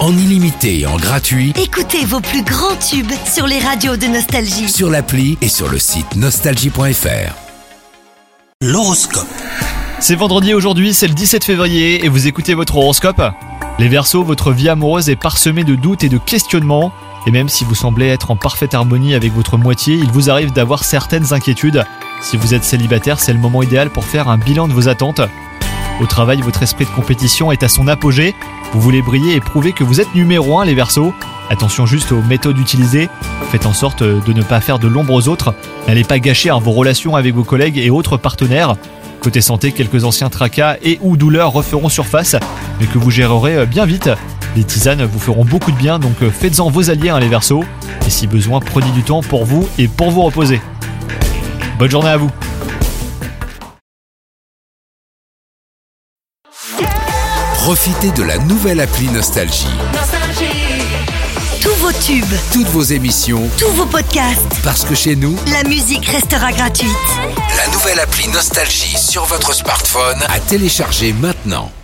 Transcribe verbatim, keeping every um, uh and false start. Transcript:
en illimité et en gratuit Écoutez vos plus grands tubes sur les radios de Nostalgie. sur l'appli et sur le site nostalgie point f r. L'horoscope. C'est vendredi aujourd'hui, c'est le dix-sept février et vous écoutez votre horoscope. Les Verseaux, votre vie amoureuse est parsemée de doutes et de questionnements. Et même si vous semblez être en parfaite harmonie avec votre moitié, il vous arrive d'avoir certaines inquiétudes. Si vous êtes célibataire, c'est le moment idéal pour faire un bilan de vos attentes. Au travail, votre esprit de compétition est à son apogée. Vous voulez briller et prouver que vous êtes numéro un, les Verseaux. Attention juste aux méthodes utilisées. Faites en sorte de ne pas faire de l'ombre aux autres. N'allez pas gâcher hein, vos relations avec vos collègues et autres partenaires. Côté santé, quelques anciens tracas et ou douleurs referont surface, mais que vous gérerez bien vite. Les tisanes vous feront beaucoup de bien, donc faites-en vos alliés hein, les Verseaux. Et si besoin, prenez du temps pour vous et pour vous reposer. Bonne journée à vous. Profitez de la nouvelle appli Nostalgie. Tous vos tubes, Toutes vos émissions, tous vos podcasts, parce que chez nous, la musique restera gratuite. la nouvelle appli Nostalgie sur votre smartphone à télécharger maintenant.